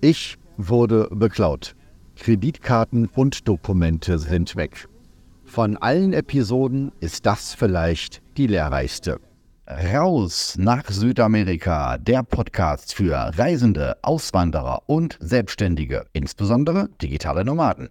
Ich wurde beklaut. Kreditkarten und Dokumente sind weg. Von allen Episoden ist das vielleicht die lehrreichste. Raus nach Südamerika, der Podcast für Reisende, Auswanderer und Selbstständige, insbesondere digitale Nomaden.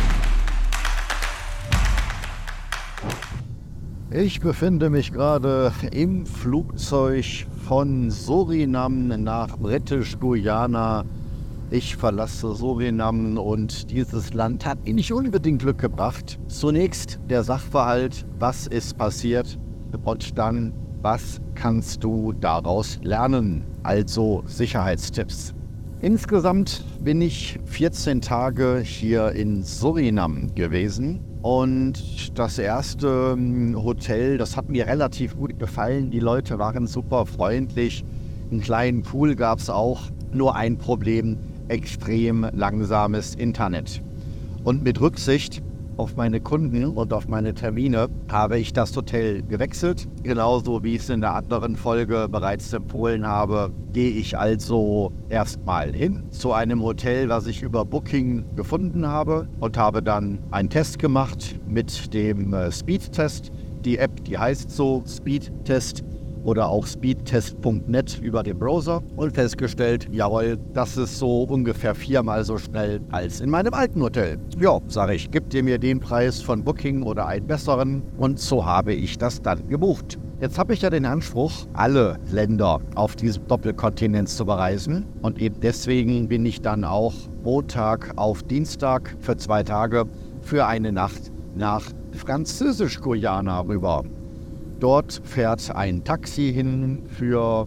Ich befinde mich gerade im Flugzeug von Surinam nach Britisch-Guyana. Ich verlasse Surinam und dieses Land hat mir nicht unbedingt Glück gebracht. Zunächst der Sachverhalt, was ist passiert, und dann, was kannst du daraus lernen? Also Sicherheitstipps. Insgesamt bin ich 14 Tage hier in Surinam gewesen. Und das erste Hotel, das hat mir relativ gut gefallen. Die Leute waren super freundlich. Einen kleinen Pool gab es auch. Nur ein Problem, extrem langsames Internet. Und mit Rücksicht auf meine Kunden und auf meine Termine habe ich das Hotel gewechselt. Genauso wie ich es in der anderen Folge bereits empfohlen habe, gehe ich also erstmal hin zu einem Hotel, was ich über Booking gefunden habe, und habe dann einen Test gemacht mit dem Speedtest. Die App, die heißt so Speedtest oder auch speedtest.net über den Browser, und festgestellt, jawohl, das ist so ungefähr 4-mal so schnell als in meinem alten Hotel. Ja, sage ich, gib dir mir den Preis von Booking oder einen besseren, und so habe ich das dann gebucht. Jetzt habe ich ja den Anspruch, alle Länder auf diesem Doppelkontinent zu bereisen, und eben deswegen bin ich dann auch Montag auf Dienstag für 2 Tage für eine Nacht nach Französisch-Guyana rüber. Dort fährt ein Taxi hin für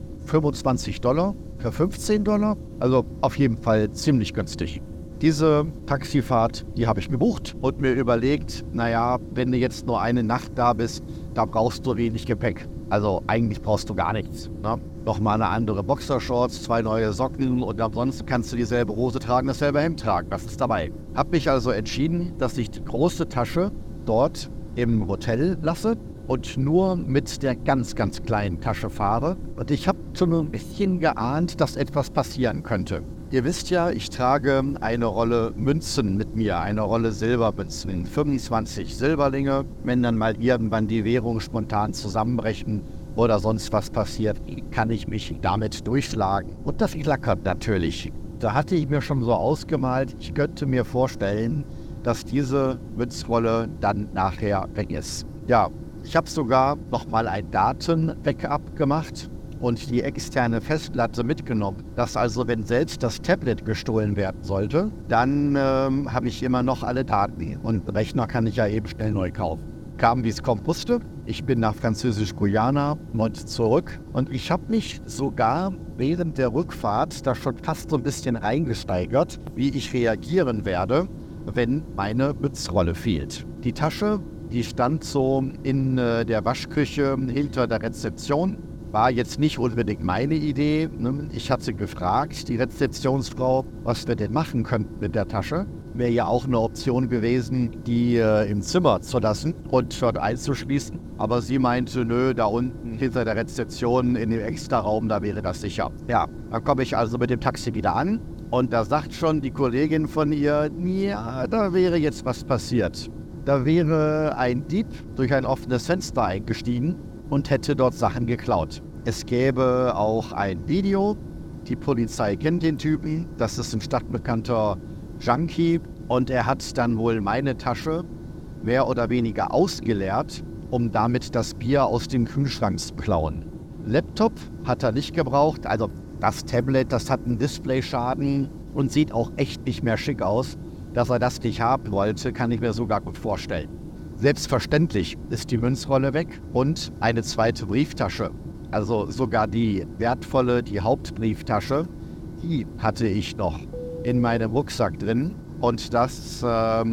$25, für $15, also auf jeden Fall ziemlich günstig. Diese Taxifahrt, die habe ich gebucht und mir überlegt, naja, wenn du jetzt nur eine Nacht da bist, da brauchst du wenig Gepäck. Also eigentlich brauchst du gar nichts. Ne? Nochmal eine andere Boxershorts, 2 neue Socken, und ansonsten kannst du dieselbe Hose tragen, dasselbe Hemd tragen. Das ist dabei. Habe mich also entschieden, dass ich die große Tasche dort im Hotel lasse und nur mit der ganz, ganz kleinen Tasche fahre. Und ich habe schon ein bisschen geahnt, dass etwas passieren könnte. Ihr wisst ja, ich trage eine Rolle Münzen mit mir, eine Rolle Silbermünzen, 25 Silberlinge. Wenn dann mal irgendwann die Währung spontan zusammenbrechen oder sonst was passiert, kann ich mich damit durchschlagen. Und das klackert natürlich. Da hatte ich mir schon so ausgemalt, ich könnte mir vorstellen, dass diese Münzrolle dann nachher weg ist. Ja, ich habe sogar nochmal ein Daten-Backup gemacht und die externe Festplatte mitgenommen. Dass also, wenn selbst das Tablet gestohlen werden sollte, dann habe ich immer noch alle Daten. Und den Rechner kann ich ja eben schnell neu kaufen. Kam, wie es kommen musste. Ich bin nach Französisch-Guyana und zurück. Und ich habe mich sogar während der Rückfahrt da schon fast so ein bisschen reingesteigert, wie ich reagieren werde, wenn meine Münzrolle fehlt. Die Tasche, die stand so in der Waschküche hinter der Rezeption. War jetzt nicht unbedingt meine Idee. Ne? Ich hatte gefragt, die Rezeptionsfrau, was wir denn machen könnten mit der Tasche. Wäre ja auch eine Option gewesen, die im Zimmer zu lassen und dort einzuschließen. Aber sie meinte, nö, da unten hinter der Rezeption in dem Extraraum, da wäre das sicher. Ja, dann komme ich also mit dem Taxi wieder an. Und da sagt schon die Kollegin von ihr, ja, da wäre jetzt was passiert. Da wäre ein Dieb durch ein offenes Fenster eingestiegen und hätte dort Sachen geklaut. Es gäbe auch ein Video. Die Polizei kennt den Typen. Das ist ein stadtbekannter Junkie. Und er hat dann wohl meine Tasche mehr oder weniger ausgeleert, um damit das Bier aus dem Kühlschrank zu klauen. Laptop hat er nicht gebraucht. Also das Tablet, das hat einen Displayschaden und sieht auch echt nicht mehr schick aus. Dass er das nicht haben wollte, kann ich mir sogar gut vorstellen. Selbstverständlich ist die Münzrolle weg und eine zweite Brieftasche. Also sogar die wertvolle, die Hauptbrieftasche, die hatte ich noch in meinem Rucksack drin. Und das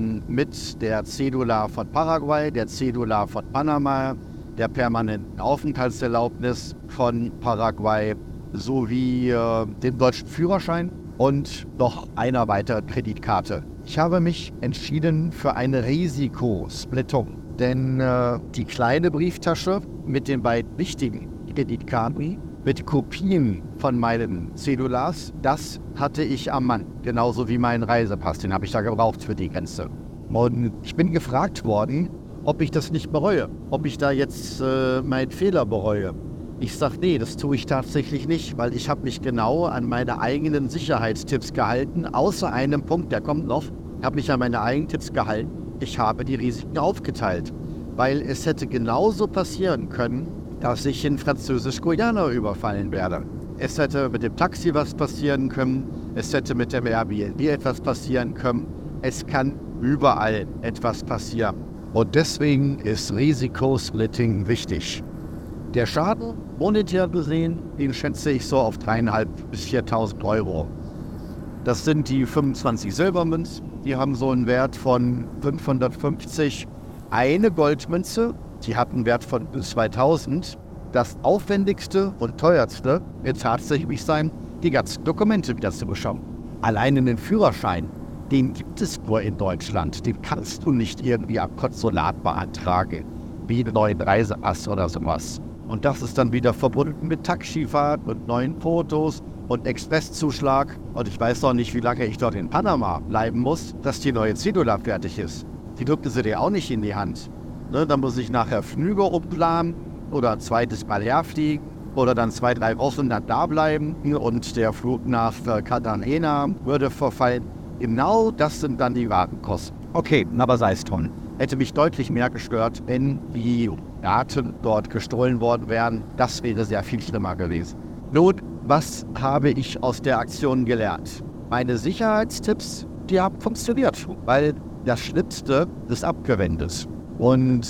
mit der Cedula von Paraguay, der Cedula von Panama, der permanenten Aufenthaltserlaubnis von Paraguay sowie dem deutschen Führerschein und noch einer weiteren Kreditkarte. Ich habe mich entschieden für eine Risikosplittung, denn die kleine Brieftasche mit den beiden wichtigen Kreditkarten, mit Kopien von meinen Cedulars, das hatte ich am Mann. Genauso wie meinen Reisepass, den habe ich da gebraucht für die Grenze. Und ich bin gefragt worden, ob ich das nicht bereue, ob ich da jetzt meinen Fehler bereue. Ich sage, nee, das tue ich tatsächlich nicht, weil ich habe mich genau an meine eigenen Sicherheitstipps gehalten, außer einem Punkt, der kommt noch, habe mich an meine eigenen Tipps gehalten. Ich habe die Risiken aufgeteilt, weil es hätte genauso passieren können, dass ich in Französisch-Guyana überfallen werde. Es hätte mit dem Taxi was passieren können, es hätte mit dem Airbnb etwas passieren können. Es kann überall etwas passieren. Und deswegen ist Risikosplitting wichtig. Der Schaden, monetär gesehen, den schätze ich so auf 3.500 bis 4.000 Euro. Das sind die 25 Silbermünzen, die haben so einen Wert von 550. Eine Goldmünze, die hat einen Wert von 2.000. Das aufwendigste und teuerste wird tatsächlich sein, die ganzen Dokumente wieder zu beschauen. Allein den Führerschein, den gibt es nur in Deutschland. Den kannst du nicht irgendwie am Konsulat beantragen, wie einen neuen Reisepass oder sowas. Und das ist dann wieder verbunden mit Taxifahrt und neuen Fotos und Expresszuschlag. Und ich weiß noch nicht, wie lange ich dort in Panama bleiben muss, dass die neue Cedula fertig ist. Die drückte sie dir auch nicht in die Hand. Ne, dann muss ich nachher Flüge umplanen oder ein zweites Mal herfliegen oder dann 2-3 Wochen dann da bleiben und der Flug nach Cartagena würde verfallen. Genau das sind dann die Warenkosten. Okay, aber sei es drum. Hätte mich deutlich mehr gestört, wenn die Daten dort gestohlen worden wären. Das wäre sehr viel schlimmer gewesen. Nun, was habe ich aus der Aktion gelernt? Meine Sicherheitstipps, die haben funktioniert, weil das Schlimmste ist abgewendet. Und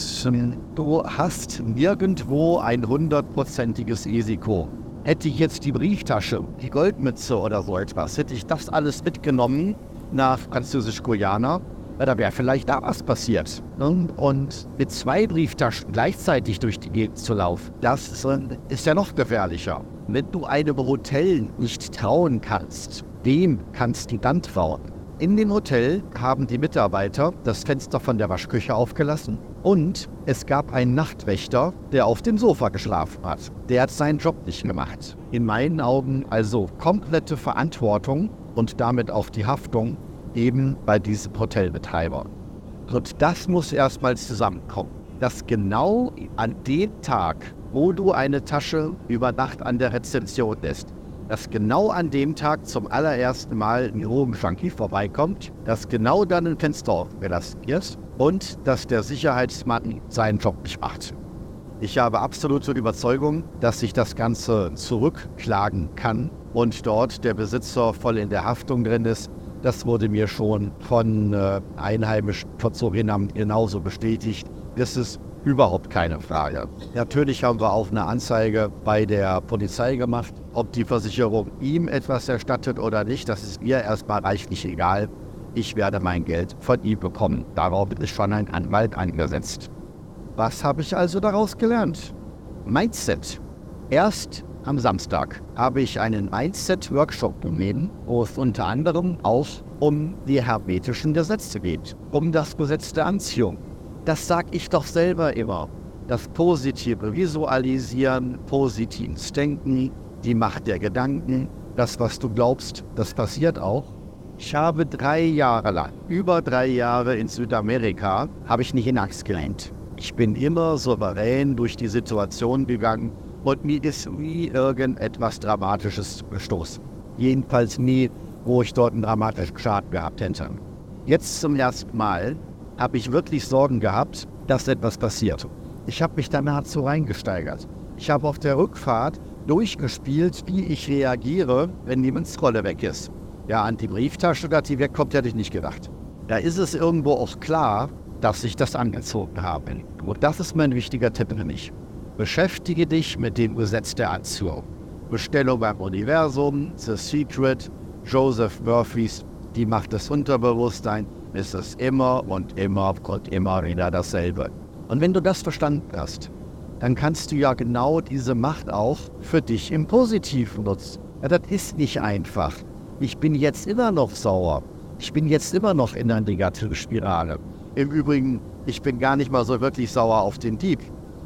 du hast nirgendwo ein 100%iges Risiko. Hätte ich jetzt die Brieftasche, die Goldmütze oder so etwas, hätte ich das alles mitgenommen nach Französisch-Guyana, da wäre vielleicht da was passiert. Und mit 2 Brieftaschen gleichzeitig durch die Gegend zu laufen, das ist ja noch gefährlicher. Wenn du einem Hotel nicht trauen kannst, wem kannst du dann trauen? In dem Hotel haben die Mitarbeiter das Fenster von der Waschküche aufgelassen und es gab einen Nachtwächter, der auf dem Sofa geschlafen hat. Der hat seinen Job nicht gemacht. In meinen Augen also komplette Verantwortung und damit auch die Haftung eben bei diesem Hotelbetreiber. Und das muss erstmal zusammenkommen, dass genau an dem Tag, wo du eine Tasche über Nacht an der Rezeption lässt, dass genau an dem Tag zum allerersten Mal ein Drogenjunkie vorbeikommt, dass genau dann ein Fenster aufgelassen wird und dass der Sicherheitsmann seinen Job nicht macht. Ich habe absolute Überzeugung, dass sich das Ganze zurückklagen kann und dort der Besitzer voll in der Haftung drin ist. Das wurde mir schon von Einheimischen von Surinam genauso bestätigt. Das ist überhaupt keine Frage. Natürlich haben wir auch eine Anzeige bei der Polizei gemacht. Ob die Versicherung ihm etwas erstattet oder nicht, das ist mir erstmal reichlich egal. Ich werde mein Geld von ihm bekommen. Darauf ist schon ein Anwalt angesetzt. Was habe ich also daraus gelernt? Mindset. Erst am Samstag habe ich einen Mindset-Workshop gegeben, wo es unter anderem auch um die hermetischen Gesetze geht, um das Gesetz der Anziehung. Das sage ich doch selber immer. Das positive Visualisieren, positives Denken, die Macht der Gedanken, das, was du glaubst, das passiert auch. Ich habe 3 Jahre lang, über 3 Jahre in Südamerika, habe ich nicht in Angst gelernt. Ich bin immer souverän durch die Situation gegangen und mir ist nie irgendetwas Dramatisches gestoßen. Jedenfalls nie, wo ich dort einen dramatischen Schaden gehabt hätte. Jetzt zum ersten Mal habe ich wirklich Sorgen gehabt, dass etwas passiert. Ich habe mich da nahezu reingesteigert. Ich habe auf der Rückfahrt durchgespielt, wie ich reagiere, wenn die Münzrolle weg ist. Ja, an die Brieftasche, dass die wegkommt, hätte ich nicht gedacht. Da ist es irgendwo auch klar, dass ich das angezogen habe. Und das ist mein wichtiger Tipp für mich. Beschäftige dich mit dem Gesetz der Anziehung. Bestellung beim Universum, The Secret, Joseph Murphys, die Macht des Unterbewusstseins, ist es immer und immer wieder dasselbe. Und wenn du das verstanden hast, dann kannst du ja genau diese Macht auch für dich im Positiven nutzen. Ja, das ist nicht einfach. Ich bin jetzt immer noch sauer. Ich bin jetzt immer noch in einer negativen Spirale. Im Übrigen, ich bin gar nicht mal so wirklich sauer auf den Dieb.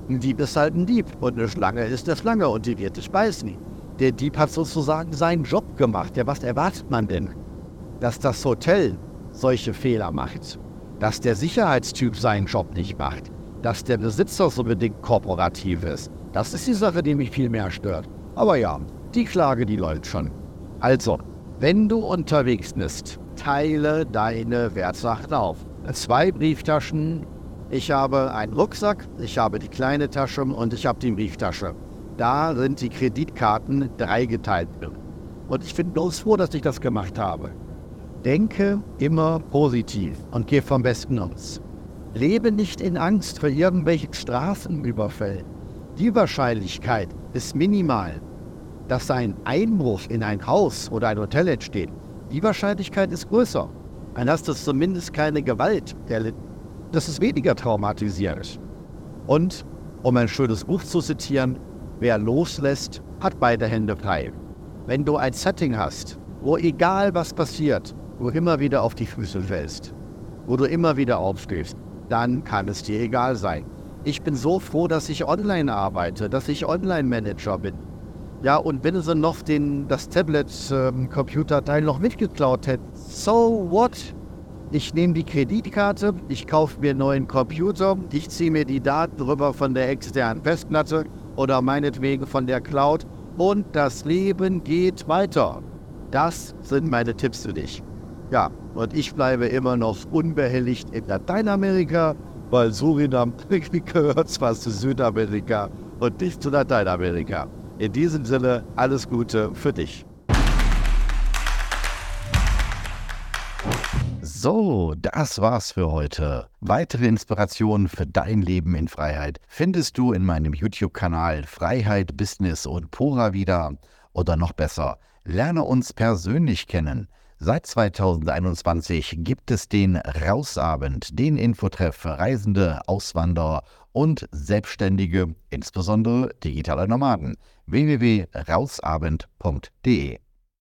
Ein Dieb ist halt ein Dieb und eine Schlange ist eine Schlange und die wird dich beißen. Der Dieb hat sozusagen seinen Job gemacht. Ja, was erwartet man denn? Dass das Hotel solche Fehler macht, dass der Sicherheitstyp seinen Job nicht macht, dass der Besitzer so bedingt korporativ ist. Das ist die Sache, die mich viel mehr stört. Aber ja, die Klage, die läuft schon. Also, wenn du unterwegs bist, teile deine Wertsachen auf. 2 Brieftaschen, ich habe einen Rucksack, ich habe die kleine Tasche und ich habe die Brieftasche. Da sind die Kreditkarten 3 geteilt drin. Und ich bin bloß froh, dass ich das gemacht habe. Denke immer positiv und geh vom Besten aus. Lebe nicht in Angst vor irgendwelchen Straßenüberfällen. Die Wahrscheinlichkeit ist minimal, dass ein Einbruch in ein Haus oder ein Hotel entsteht. Die Wahrscheinlichkeit ist größer. Dann hast du zumindest keine Gewalt erlitten. Das ist weniger traumatisierend. Und, um ein schönes Buch zu zitieren, wer loslässt, hat beide Hände frei. Wenn du ein Setting hast, wo egal was passiert, du immer wieder auf die Füße fällst, wo du immer wieder aufstehst, dann kann es dir egal sein. Ich bin so froh, dass ich online arbeite, dass ich Online-Manager bin. Ja, und wenn sie noch das Tablet-Computerteil noch mitgeklaut hätten, so what? Ich nehme die Kreditkarte, ich kaufe mir einen neuen Computer, ich ziehe mir die Daten rüber von der externen Festplatte oder meinetwegen von der Cloud und das Leben geht weiter. Das sind meine Tipps für dich. Ja, und ich bleibe immer noch unbehelligt in Lateinamerika, weil Surinam gehört zwar zu Südamerika und nicht zu Lateinamerika. In diesem Sinne, alles Gute für dich. So, das war's für heute. Weitere Inspirationen für dein Leben in Freiheit findest du in meinem YouTube-Kanal Freiheit, Business und Pura wieder. Oder noch besser, lerne uns persönlich kennen. Seit 2021 gibt es den Rausabend, den Infotreff für Reisende, Auswanderer und Selbstständige, insbesondere digitale Nomaden. www.rausabend.de